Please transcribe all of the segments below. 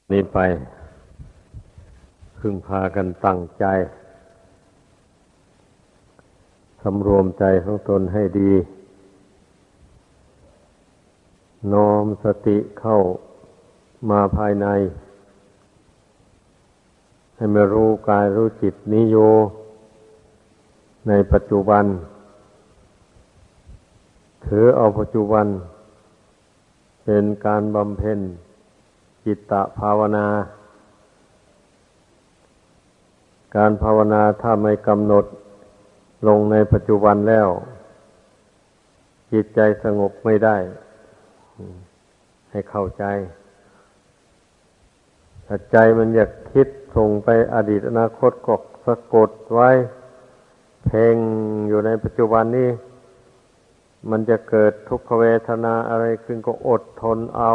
นี้ไปพึงพากันตั้งใจสำรวมใจของตนให้ดีน้อมสติเข้ามาภายในให้มารู้กายรู้จิตนี้อยู่ในปัจจุบันถือเอาปัจจุบันเป็นการบำเพ็ญจิตตภาวนาการภาวนาถ้าไม่กำหนดลงในปัจจุบันแล้วจิตใจสงบไม่ได้ให้เข้าใจถ้าใจมันอยากคิดส่งไปอดีตอนาคตก็สะกดไว้เพ่งอยู่ในปัจจุบันนี้มันจะเกิดทุกขเวทนาอะไรขึ้นก็อดทนเอา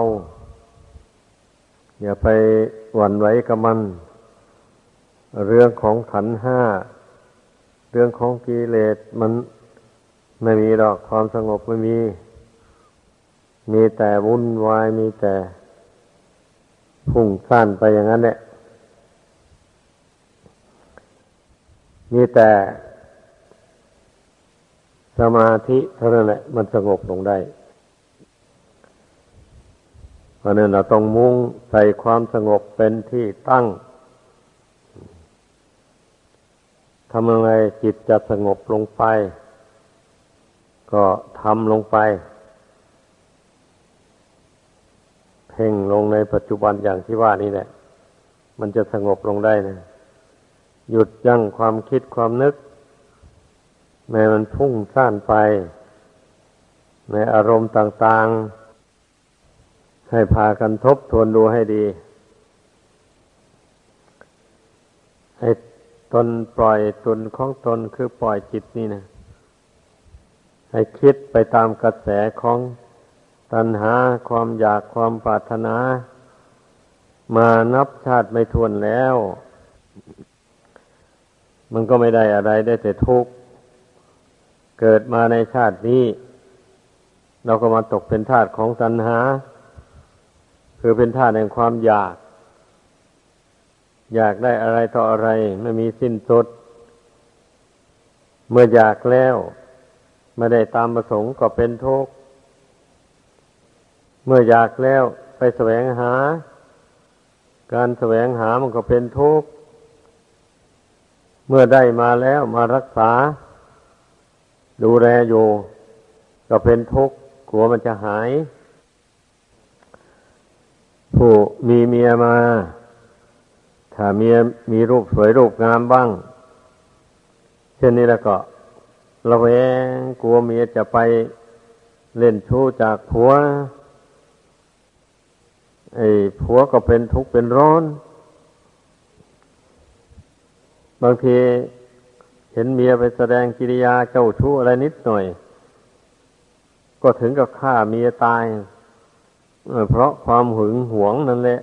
อย่าไปหวั่นไหวกับมันเรื่องของขันธ์ห้าเรื่องของกิเลสมันไม่มีหรอกความสงบไม่มีแต่วุ่นวายมีแต่พุ่งซ่านไปอย่างนั้นแหละมีแต่สมาธิเท่านั้นแหละมันสงบลงได้เพราะนั้นเราต้องมุ่งใส่ความสงบเป็นที่ตั้งทำยังไงจิตจะสงบลงไปก็ทำลงไปเพ่งลงในปัจจุบันอย่างที่ว่านี่แหละมันจะสงบลงได้นะหยุดยั้งความคิดความนึกแม้มันพุ่งซ่านไปในอารมณ์ต่างๆให้พากันทบทวนดูให้ดีให้ตนปล่อยตนของตนคือปล่อยจิตนี่นะให้คิดไปตามกระแสของตัณหาความอยากความปรารถนามานับชาติไม่ถ้วนแล้วมันก็ไม่ได้อะไรได้แต่ทุกข์เกิดมาในชาตินี้เราก็มาตกเป็นทาสของตัณหาคือเป็นทาสแห่งความอยากได้อะไรต่ออะไรไม่มีสิ้นสุดเมื่ออยากแล้วไม่ได้ตามประสงค์ก็เป็นทุกข์เมื่ออยากแล้วไปแสวงหาการแสวงหามันก็เป็นทุกข์เมื่อได้มาแล้วมารักษาดูแลอยู่ก็เป็นทุกข์กลัวมันจะหายผู้มีเมียมาถ้าเมียมีรูปสวยรูปงามบ้างเช่นนี้แล้วก็ระแวงกลัวเมียจะไปเล่นชู้จากผัวผัวก็เป็นทุกข์เป็นร้อนบางทีเห็นเมียไปแสดงกิริยาเจ้าชู้อะไรนิดหน่อยก็ถึงกับฆ่าเมียตายเพราะความหึงหวงนั่นแหละ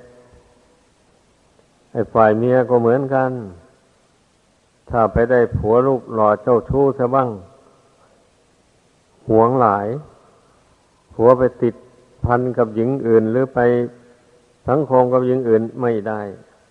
ฝ่ายเมียก็เหมือนกันถ้าไปได้ผัวรูปหล่อเจ้าชู้ซะบ้างหวงหลายผัวไปติดพันกับหญิงอื่นหรือไปสังคมกับหญิงอื่นไม่ได้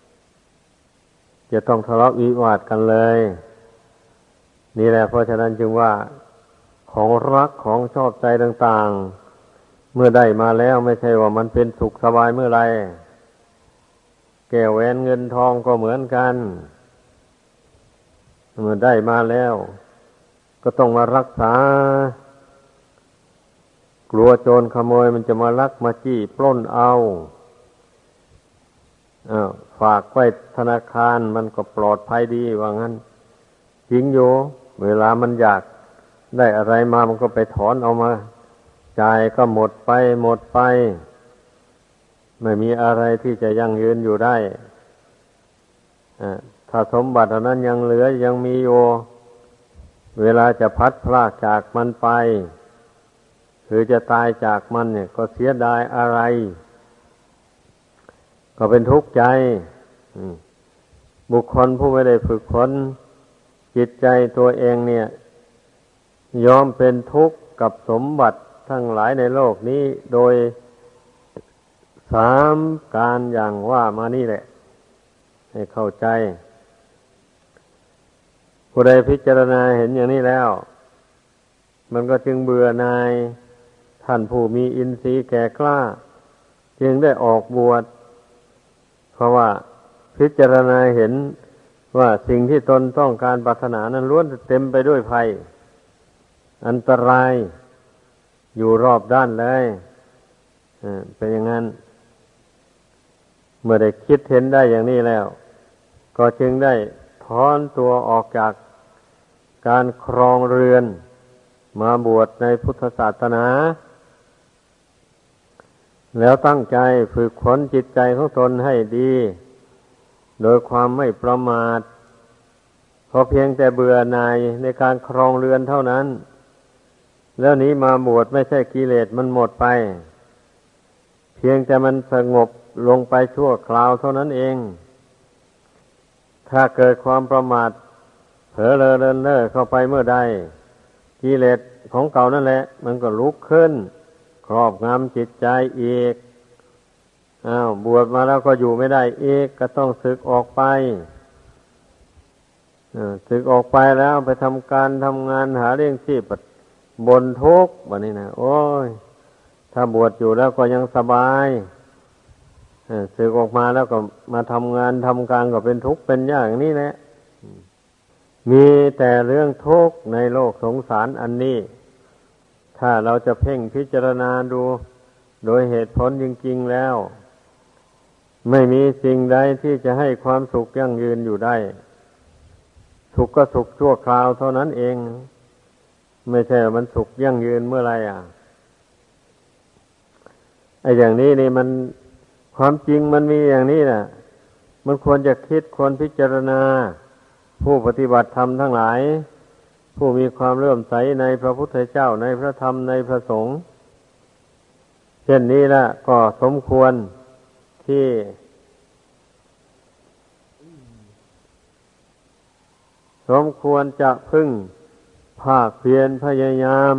จะต้องทะเลาะวิวาทกันเลยนี่แหละเพราะฉะนั้นจึงว่าของรักของชอบใจต่างๆเมื่อได้มาแล้วไม่ใช่ว่ามันเป็นสุขสบายเมื่อไรแก้วแหวนเงินทองก็เหมือนกันเมื่อได้มาแล้วก็ต้องมารักษากลัวโจรขโมยมันจะมาลักมาจี้ปล้นเอาฝากไว้ธนาคารมันก็ปลอดภัยดีว่างั้นจริงอยู่เวลามันอยากได้อะไรมามันก็ไปถอนเอามาจ่ายก็หมดไปไม่มีอะไรที่จะยั่งยืนอยู่ได้ถ้าสมบัตินั้นยังเหลือยังมีอยู่เวลาจะพัดพรากจากมันไปคือจะตายจากมันเนี่ยก็เสียดายอะไรก็เป็นทุกข์ใจบุคคลผู้ไม่ได้ฝึกฝนจิตใจตัวเองเนี่ยยอมเป็นทุกข์กับสมบัติทั้งหลายในโลกนี้โดยสามการอย่างว่ามานี่แหละให้เข้าใจผู้ใดพิจารณาเห็นอย่างนี้แล้วมันก็จึงเบื่อหน่ายท่านผู้มีอินทรีย์แก่กล้าจึงได้ออกบวชเพราะว่าพิจารณาเห็นว่าสิ่งที่ตนต้องการปรารถนานั้นล้วนเต็มไปด้วยภัยอันตรายอยู่รอบด้านเลยเป็นอย่างนั้นเมื่อได้คิดเห็นได้อย่างนี้แล้วก็จึงได้ถอนตัวออกจากการครองเรือนมาบวชในพุทธศาสนาแล้วตั้งใจฝึกฝนจิตใจของตนให้ดีโดยความไม่ประมาทเพราะเพียงแต่เบื่อหน่ายในการครองเรือนเท่านั้นแล้วนี้มาบวชไม่ใช่กิเลสมันหมดไปเพียงแต่มันสงบลงไปชั่วคราวเท่านั้นเองถ้าเกิดความประมาทเผลอเลอเลินเล่อเข้าไปเมื่อใดกิเลสของเก่านั่นแหละมันก็ลุกขึ้นครอบงำจิตใจอีกบวชมาแล้วก็อยู่ไม่ได้อีกก็ต้องสึกออกไปสึกออกไปแล้วไปทำการทำงานหาเลี้ยงชีพบนทุกข์แบบนี้นะโอ้ยถ้าบวชอยู่แล้วก็ยังสบายสึกออกมาแล้วก็มาทำงานทำการก็เป็นทุกข์เป็นยากอย่างนี้แหละมีแต่เรื่องทุกข์ในโลกสงสารอันนี้ถ้าเราจะเพ่งพิจารณาดูโดยเหตุผลจริงๆแล้วไม่มีสิ่งใดที่จะให้ความสุขยั่งยืนอยู่ได้สุขก็สุขชั่วคราวเท่านั้นเองไม่ใช่ว่ามันสุขยั่งยืนเมื่อไรไอ้อย่างนี้นี่มันความจริงมันมีอย่างนี้น่ะมันควรจะคิดควรพิจารณาผู้ปฏิบัติธรรมทั้งหลายผู้มีความเลื่อมใสในพระพุทธเจ้าในพระธรรมในพระสงฆ์เช่นนี้ละก็สมควรที่สมควรจะพึ่งภาคเพียรพยายาม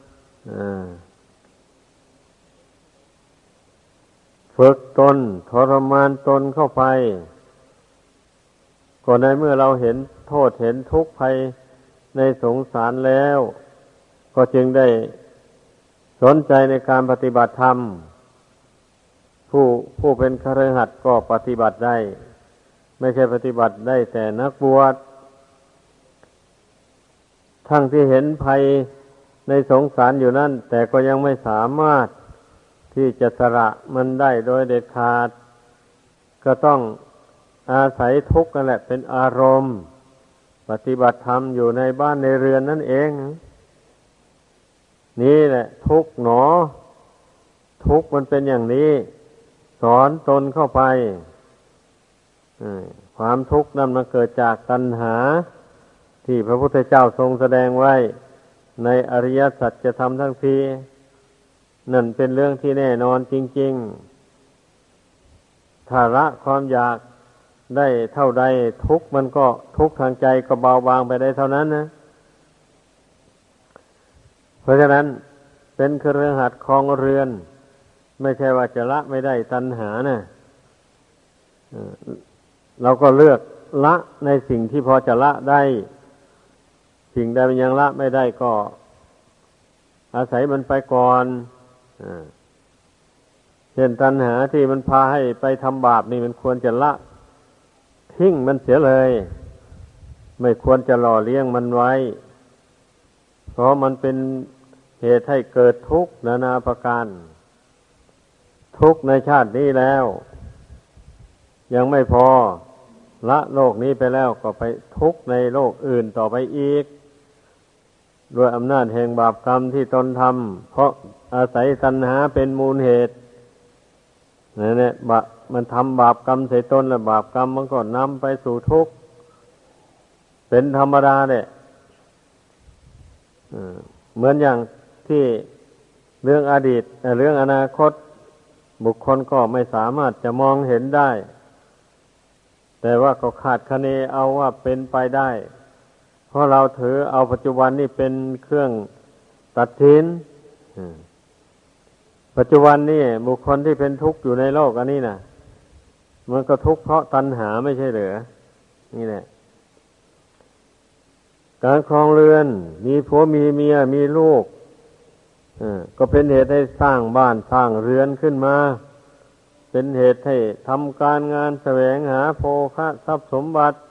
ฝึกตนทรมานตนเข้าไปก็ในเมื่อเราเห็นโทษเห็นทุกข์ภัยในสงสารแล้วก็จึงได้สนใจในการปฏิบัติธรรมผู้เป็นคฤหัสถ์ก็ปฏิบัติได้ไม่ใช่ปฏิบัติได้แต่นักบวชทั้งที่เห็นภัยในสงสารอยู่นั่นแต่ก็ยังไม่สามารถที่จะสละมันได้โดยเด็ดขาดก็ต้องอาศัยทุกข์นั่นแหละเป็นอารมณ์ปฏิบัติธรรมอยู่ในบ้านในเรือนนั่นเองนี่แหละทุกข์หนอทุกข์มันเป็นอย่างนี้สอนตนเข้าไปความทุกข์นั้นมันเกิดจากตัณหาที่พระพุทธเจ้าทรงแสดงไว้ในอริยสัจธรรมทั้งสี่นั่นเป็นเรื่องที่แน่นอนจริงๆถ้าละความอยากได้เท่าใดทุกข์มันก็ทุกข์ทางใจก็เบาบางไปได้เท่านั้นนะเพราะฉะนั้นเป็นคฤหัสถ์ครองเรือนไม่ใช่ว่าจะละไม่ได้ตัณหานะเราก็เลือกละในสิ่งที่พอจะละได้สิ่งใดมันยังละไม่ได้ก็อาศัยมันไปก่อนเช่นตัณหาที่มันพาให้ไปทำบาปนี่มันควรจะละทิ้งมันเสียเลยไม่ควรจะหล่อเลี้ยงมันไว้เพราะมันเป็นเหตุให้เกิดทุกข์นานาประการทุกข์ในชาตินี้แล้วยังไม่พอละโลกนี้ไปแล้วก็ไปทุกข์ในโลกอื่นต่อไปอีกด้วยอำนาจแห่งบาปกรรมที่ตนทำเพราะอาศัยตัณหาเป็นมูลเหตุนั่นแหละมันทำบาปกรรมใส่ตนแล้วบาปกรรมมันก็นำไปสู่ทุกข์เป็นธรรมดาเนี่ยเหมือนอย่างที่เรื่องอดีตเรื่องอนาคตบุคคลก็ไม่สามารถจะมองเห็นได้แต่ว่าก็คาดคะเนเอาว่าเป็นไปได้เพราะเราถือเอาปัจจุบันนี่เป็นเครื่องตัดสินปัจจุบันนี่บุคคลที่เป็นทุกข์อยู่ในโลกอันนี้นะมันก็ทุกข์เพราะตัณหาไม่ใช่เหรอนี่แหละการครองเรือนมีผัวมีเมียมีลูกก็เป็นเหตุให้สร้างบ้านสร้างเรือนขึ้นมาเป็นเหตุให้ทำการงานแสวงหาโภคะทรัพย์สมบัติ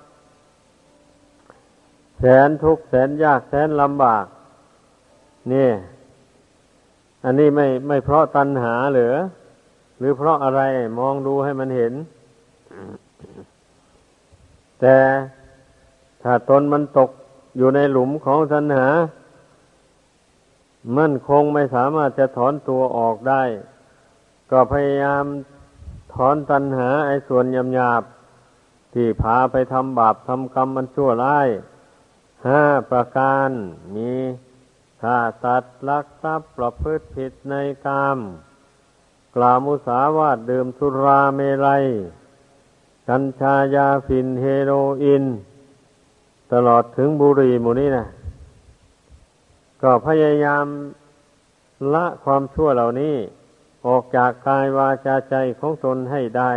แสนทุกข์แสนยากแสนลำบากนี่อันนี้ไม่เพราะตัณหาหรือเพราะอะไรมองดูให้มันเห็นแต่ถ้าตนมันตกอยู่ในหลุมของตัณหามั่นคงไม่สามารถจะถอนตัวออกได้ก็พยายามถอนตัณหาไอ้ส่วนหยาบๆที่พาไปทำบาปทำกรรมมันชั่วร้าย5 ประการมีฆ่าสัตว์ลักทรัพย์ประพฤติผิดในกามกล่าวมุสาวาทดื่มสุราเมรัยกัญชายาฝิ่นเฮโรอีนตลอดถึงบุหรี่หมู่นี้นะก็พยายามละความชั่วเหล่านี้ออกจากกายวาจาใจของตนให้ได้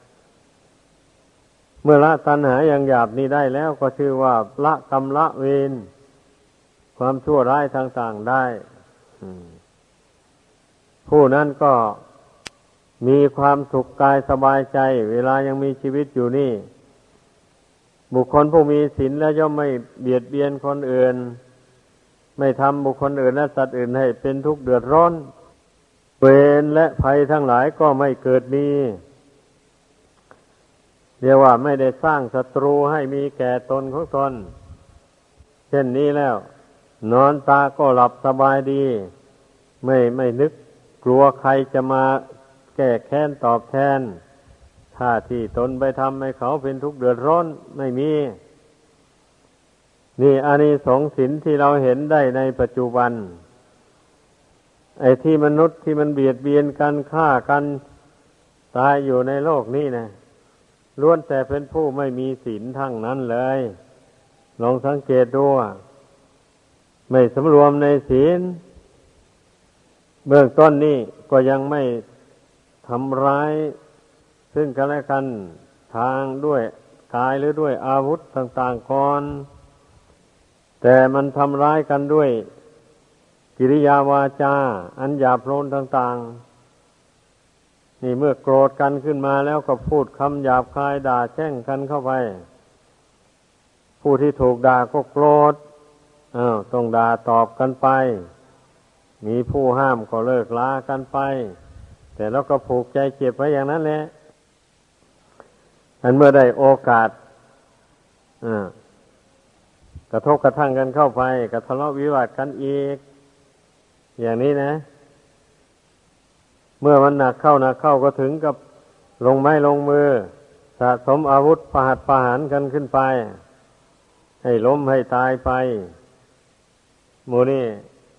เมื่อละตัณหาอย่างหยาบนี้ได้แล้วก็ชื่อว่าละกรรมละเวรความชั่วร้ายต่างๆได้ผู้นั้นก็มีความสุขกายสบายใจเวลายังมีชีวิตอยู่นี่บุคคลผู้มีศีลแล้วย่อมไม่เบียดเบียนคนอื่นไม่ทำบุคคลอื่นและสัตว์อื่นให้เป็นทุกข์เดือดร้อนเวรและภัยทั้งหลายก็ไม่เกิดมีเรียกว่าไม่ได้สร้างศัตรูให้มีแก่ตนของตนเช่นนี้แล้วนอนตาก็หลับสบายดีไม่นึกกลัวใครจะมาแก้แค้นตอบแทนถ้าที่ตนไปทำให้เขาเป็นทุกข์เดือดร้อนไม่มีนี่อานิสงส์ศีลที่เราเห็นได้ในปัจจุบันไอ้ที่มนุษย์ที่มันเบียดเบียนกันฆ่ากันตายอยู่ในโลกนี้นะล้วนแต่เป็นผู้ไม่มีศีลทั้งนั้นเลยลองสังเกตดูไม่สำรวมในศีลเบื้องต้นนี่ก็ยังไม่ทำร้ายซึ่งกันและกันทางด้วยกายหรือด้วยอาวุธต่างๆก่อนแต่มันทำร้ายกันด้วยกิริยาวาจาอันหยาบโลนต่างๆนี่เมื่อโกรธกันขึ้นมาแล้วก็พูดคำหยาบคายด่าแช่งกันเข้าไปผู้ที่ถูกด่าก็โกรธต้องด่าตอบกันไปมีผู้ห้ามก็เลิกลากันไปแต่แล้วก็ผูกใจเจ็บไว้อย่างนั้นแหละอันเมื่อได้โอกาสกระทบกระทั่งกันเข้าไปกระทะเลาะวิวาทกันอีกอย่างนี้นะเมื่อมันหนักเข้าก็ถึงกับลงไม้ลงมือสะสมอาวุธประหัตประหารกันขึ้นไปให้ล้มให้ตายไปหมู่นี้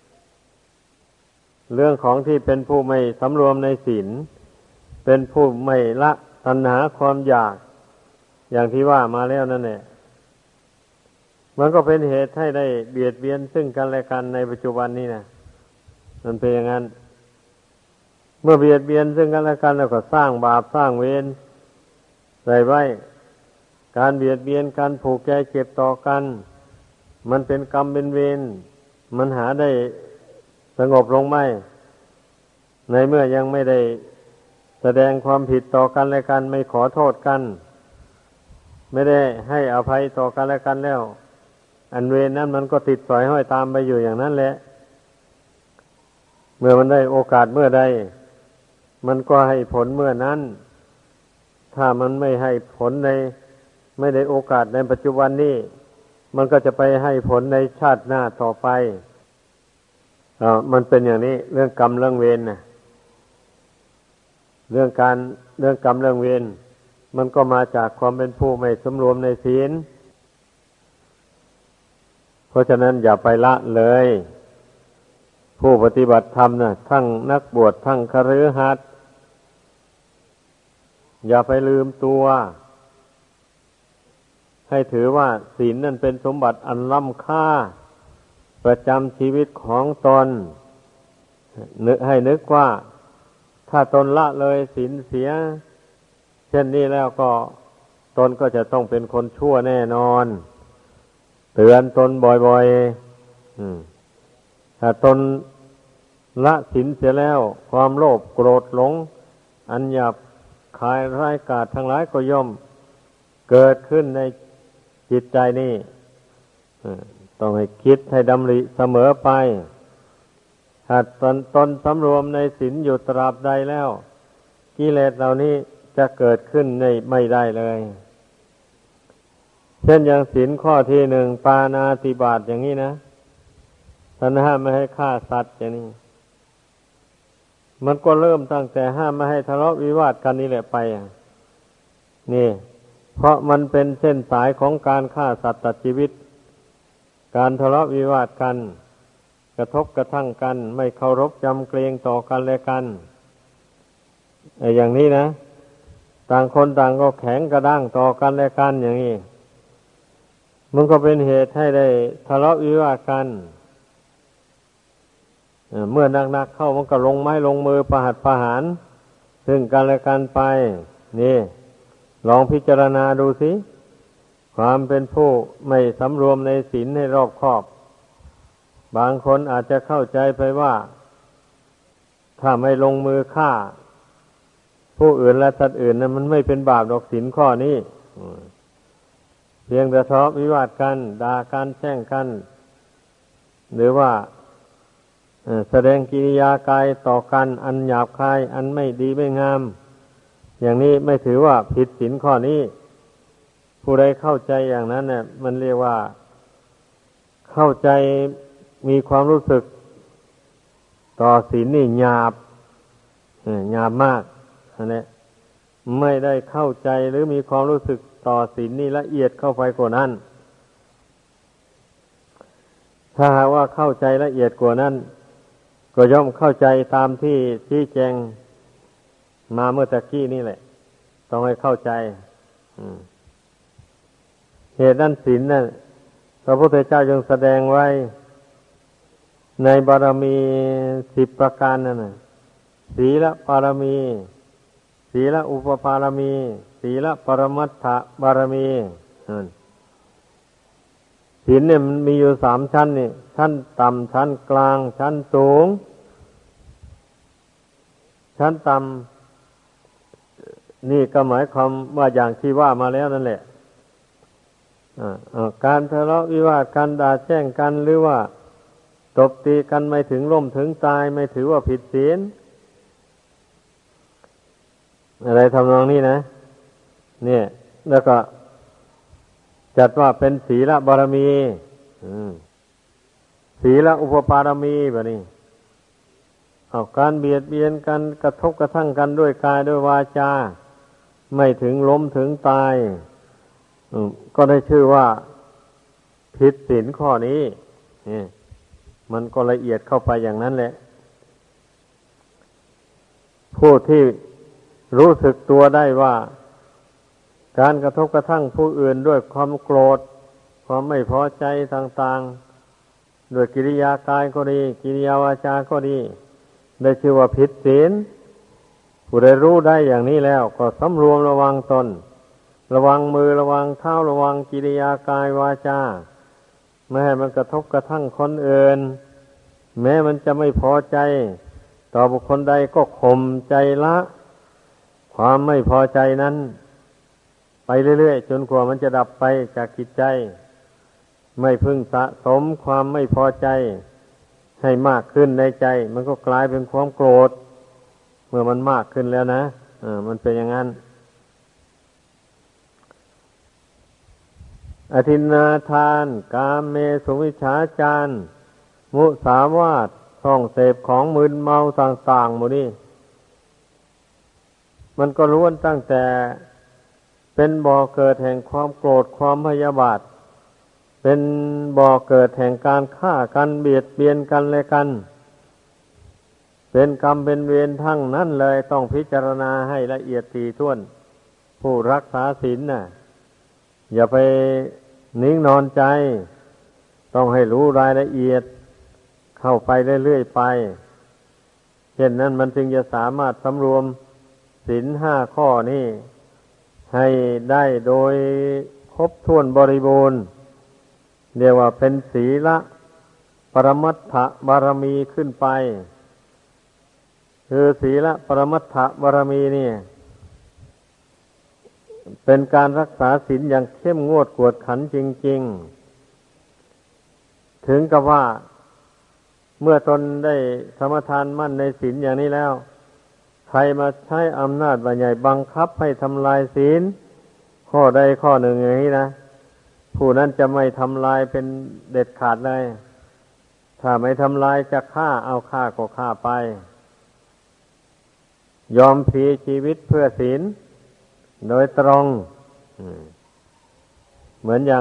เรื่องของที่เป็นผู้ไม่สำรวมในศีลเป็นผู้ไม่ละตัณหาความอยากอย่างที่ว่ามาแล้วนั่นแหละมันก็เป็นเหตุให้ได้เบียดเบียนซึ่งกันและกันในปัจจุบันนี้นะมันเป็นอย่างนั้นเมื่อเบียดเบียนซึ่งกันและกันแล้วก็สร้างบาปสร้างเวรใส่ไว้การเบียดเบียนการผูกใจเจ็บต่อกันมันเป็นกรรมเป็นเวรมันหาได้สงบลงไหมในเมื่อยังไม่ได้แสดงความผิดต่อกันและกันไม่ขอโทษกันไม่ได้ให้อภัยต่อกันและกันแล้วอันเวรนั้นมันก็ติดสอยห้อยตามไปอยู่อย่างนั้นแหละเมื่อมันได้โอกาสเมื่อใดมันก็ให้ผลเมื่อนั้นถ้ามันไม่ให้ผลไม่ได้โอกาสในปัจจุบันนี้มันก็จะไปให้ผลในชาติหน้าต่อไปมันเป็นอย่างนี้เรื่องกรรมเรื่องเวรนะเรื่องกรรมเรื่องเวรมันก็มาจากความเป็นผู้ไม่สำรวมในศีลเพราะฉะนั้นอย่าไปละเลยผู้ปฏิบัติธรรมนะทั้งนักบวชทั้งคฤหัสถ์อย่าไปลืมตัวให้ถือว่าศีลนั่นเป็นสมบัติอันล้ำค่าประจำชีวิตของตนให้นึกว่าถ้าตนละเลยศีลเสียเช่นนี้แล้วก็ตนก็จะต้องเป็นคนชั่วแน่นอนเตือนตนบ่อยๆถ้าตนละศีลเสียแล้วความโลภโกรธหลงอันหยาบคายร้ายกาจทั้งหลายก็ย่อมเกิดขึ้นในจิตใจนี่ต้องให้คิดให้ดำริเสมอไปถ้าตนสำรวมในศีลอยู่ตราบใดแล้วกิเลสเหล่านี้จะเกิดขึ้นไม่ได้เลยเช่นอย่างศีลข้อที่หนึ่งปาณาติบาตอย่างนี้นะท่านห้ามไม่ให้ฆ่าสัตว์อย่างนี้มันก็เริ่มตั้งแต่ห้ามไม่ให้ทะเลาะวิวาทกันนี่แหละไปนี่เพราะมันเป็นเส้นสายของการฆ่าสัตว์ตัดชีวิตการทะเลาะวิวาทกันกระทบกระทั่งกันไม่เคารพยำเกรงต่อกันและกันอย่างนี้นะต่างคนต่างก็แข็งกระด้างต่อกันและกันอย่างนี้มันก็เป็นเหตุให้ได้ทะเลาะวิวาทกันเมื่อนักๆเข้ามันก็ลงไม้ลงมือประหัตประหารซึ่งกันและกันไปนี่ลองพิจารณาดูสิความเป็นผู้ไม่สำรวมในศีลให้รอบคอบบางคนอาจจะเข้าใจไปว่าถ้าไม่ลงมือฆ่าผู้อื่นและสัตว์อื่นนั้นมันไม่เป็นบาปดอกศีลข้อนี้เพียงแต่ทะเลาะวิวาทกันด่ากันแช่งกันหรือว่าแสดงกิริยากายต่อกันอันหยาบคายอันไม่ดีไม่งามอย่างนี้ไม่ถือว่าผิดศีลข้อนี้ผู้ใดเข้าใจอย่างนั้นเนี่ยมันเรียกว่าเข้าใจมีความรู้สึกต่อศีลนี่หยาบมากอันนี้ไม่ได้เข้าใจหรือมีความรู้สึกต่อศีลนี่ละเอียดเข้าไปกว่านั้นถ้าหากว่าเข้าใจละเอียดกว่านั้นก็ย่อมเข้าใจตามที่ชี้แจงมาเมื่อตะกี้นี่แหละต้องให้เข้าใจเหตุนั้นศีลนั่นพระพุทธเจ้าจึงแสดงไว้ในบารมี10ประการนั่นน่ะศีลบารมีศีลอุปปารมีศีลปรมัตถบารมีศีลเนี่ยมันมีอยู่3ชั้นนี่ชั้นต่ำชั้นกลางชั้นสูงชั้นต่ำนี่ก็หมายความว่าอย่างที่ว่ามาแล้วนั่นแหละการทะเลาะวิวาทกันด่าแช่งกันหรือว่าตบตีกันไม่ถึงล้มถึงตายไม่ถือว่าผิดศีลอะไรทำนองนี้นะเนี่ยแล้วก็จัดว่าเป็นศีลบารมีศีลอุปปารมีแบบนี้การเบียดเบียนกันกระทบกระทั่งกันด้วยกายด้วยวาจาไม่ถึงล้มถึงตายก็ได้ชื่อว่าผิดศีลข้อนี้มันก็ละเอียดเข้าไปอย่างนั้นแหละผู้ที่รู้สึกตัวได้ว่าการกระทบกระทั่งผู้อื่นด้วยความโกรธความไม่พอใจต่างๆด้วยกิริยากายก็ดีกิริยาวาจาก็ดีได้ชื่อว่าผิดศีลผู้ใดรู้ได้อย่างนี้แล้วก็สำรวมระวังตนระวังมือระวังเท้าระวังกิริยากายวาจาไม่ให้มันกระทบกระทั่งคนอื่นแม้มันจะไม่พอใจต่อบุคคลใดก็ข่มใจละความไม่พอใจนั้นไปเรื่อยๆจนกว่ามันจะดับไปจากจิตใจไม่พึงสะสมความไม่พอใจให้มากขึ้นในใจมันก็กลายเป็นความโกรธเมื่อมันมากขึ้นแล้วนะมันเป็นอย่างนั้นอทินนาทานกามเมสุวิชฌาจารมุสาวาทท่องเสพของมึนเมาต่างๆหมดนี่มันก็ล้วนตั้งแต่เป็นบ่อเกิดแห่งความโกรธความพยาบาทเป็นบ่อเกิดแห่งการฆ่ากันเบียดเบียนกันและกันเป็นกรรมเป็นเวรทั้งนั้นเลยต้องพิจารณาให้ละเอียดถี่ถ้วนผู้รักษาศีลน่ะอย่าไปนิ่งนอนใจต้องให้รู้รายละเอียดเข้าไปเรื่อยๆไปช่นนั้นมันจึงจะสามารถสำรวมศีลห้าข้อนี้ให้ได้โดยครบถ้วนบริบูรณ์เรียกว่าเป็นศีลปรมัตถบารมีขึ้นไปคือศีลปรมัตถบารมีนี่เป็นการรักษาศีลอย่างเข้มงวดกวดขันจริงๆถึงกับว่าเมื่อตนได้สมทานมั่นในศีลอย่างนี้แล้วใครมาใช้อำนาจบาใหญ่บังคับให้ทำลายศีลข้อใดข้อหนึ่งอย่างนี้นะผู้นั้นจะไม่ทำลายเป็นเด็ดขาดเลยถ้าไม่ทำลายจะฆ่าเอาฆ่าก็ฆ่าไปยอมพลีชีวิตเพื่อศีลโดยตรงเหมือนอย่าง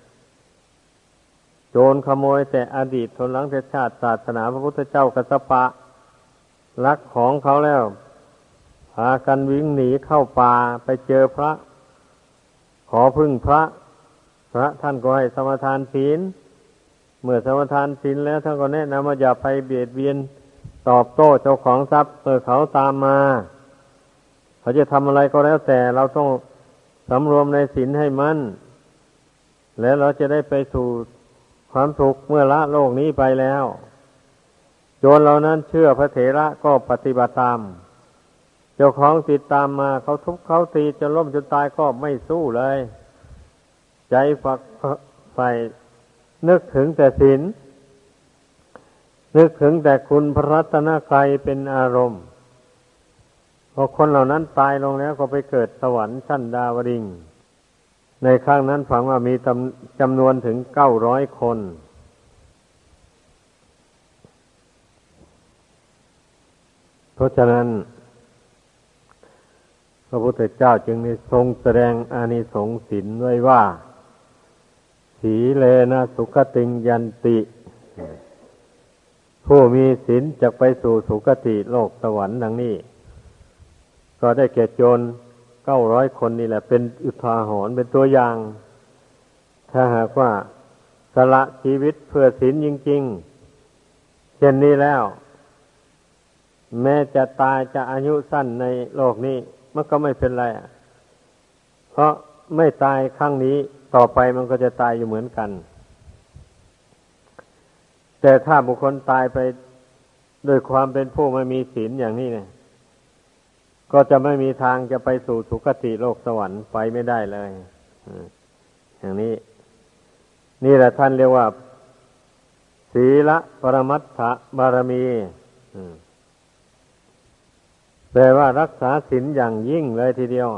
โจรขโมยแต่อดีตทนหลังแต่ชาติศาสนาพระพุทธเจ้ากัสสปะลักของเขาแล้วพากันวิ่งหนีเข้าป่าไปเจอพระขอพึ่งพระท่านก็ให้สมาทานศีลเมื่อสมาทานศีลแล้วท่านก็แนะนำว่าอย่าไปเบียดเบียนตอบโต้เจ้าของทรัพย์เขาตามมาเขาจะทำอะไรก็แล้วแต่เราต้องสำรวมในศีลให้มั่นแล้วเราจะได้ไปสู่ความสุขเมื่อละโลกนี้ไปแล้วโจรเหล่านั้นเชื่อพระเถระก็ปฏิบัติตามเจ้าของติดตามมาเขาทุบเขาตีจนล้มจนตายก็ไม่สู้เลยใจฝักใฝ่นึกถึงแต่ศีลนึกถึงแต่คุณพระรัตนกรัยเป็นอารมณ์พอคนเหล่านั้นตายลงแล้วก็ไปเกิดสวรรค์ชั้นดาวดึงส์ในครั้งนั้นฝังว่ามีจำนวนถึง900 คนเพราะฉะนั้นพระพุทธเจ้าจึงได้ทรงแสดงอานิสงส์ศีลไว้ว่าสีเลนะสุขติงยันติผู้มีศีลจะไปสู่สุคติโลกสวรรค์ดังนี้ก็ได้แก่โจร900 คนนี่แหละเป็นอุทาหรณ์เป็นตัวอย่างถ้าหากว่าสละชีวิตเพื่อศีลจริงๆเช่นนี้แล้วแม้จะตายจะอายุสั้นในโลกนี้มันก็ไม่เป็นไรเพราะไม่ตายครั้งนี้ต่อไปมันก็จะตายอยู่เหมือนกันแต่ถ้าบุคคลตายไปโดยความเป็นผู้ไม่มีศีลอย่างนี้เนี่ยก็จะไม่มีทางจะไปสู่สุคติโลกสวรรค์ไปไม่ได้เลยอย่างนี้นี่แหละท่านเรียกว่าศีลปรมัตถบารมีแปลว่ารักษาศีลอย่างยิ่งเลยทีเดียว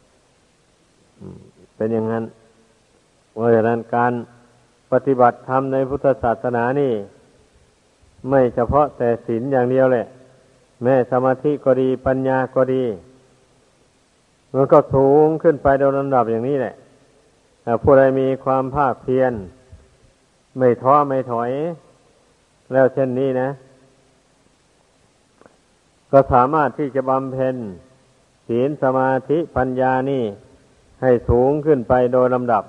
เป็นอย่างนั้นเพราะฉะนั้นการปฏิบัติธรรมในพุทธศาสนานี่ไม่เฉพาะแต่ศีลอย่างเดียวแหละแม้สมาธิก็ดีปัญญาก็ดีมันก็สูงขึ้นไปโดยลำดับอย่างนี้แหละผู้ใดมีความภาคเพียรไม่ท้อไม่ถอยแล้วเช่นนี้นะก็สามารถที่จะบำเพ็ญศีลสมาธิปัญญานี่ให้สูงขึ้นไปโดยลำดับ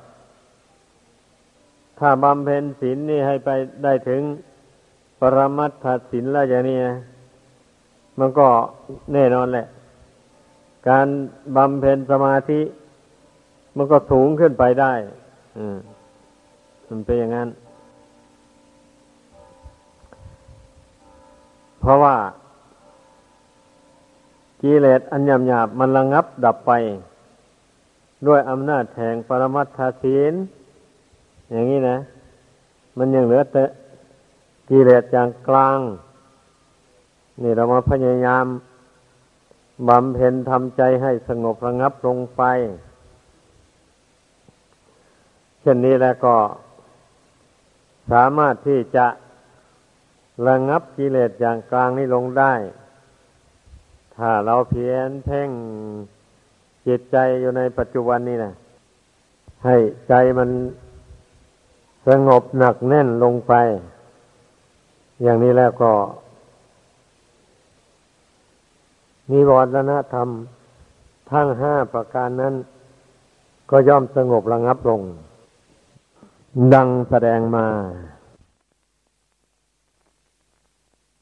ถ้าบำเพ็ญศีลนี่ให้ไปได้ถึงปรมัตถศีลแล้วอย่างนี้นะมันก็แน่นอนแหละการบำเพ็ญสมาธิมันก็สูงขึ้นไปได้มันเป็นอย่างนั้นเพราะว่ากิเลสอันหยาบๆมันระงับดับไปด้วยอำนาจแห่งปรมัตถศีลอย่างนี้นะมันยังเหลือแต่กิเลสอย่างกลางนี่เรามาพยายามบำเพ็ญทำใจให้สงบระงับลงไปเช่นนี้แล้วก็สามารถที่จะระงับกิเลสอย่างกลางนี้ลงได้ถ้าเราเพียรเพ่งจิตใจอยู่ในปัจจุบันนี้นะให้ใจมันสงบหนักแน่นลงไปอย่างนี้แล้วก็นิวรณธรรมทั้ง5 ประการนั้นก็ย่อมสงบระงับลงดังแสดงมา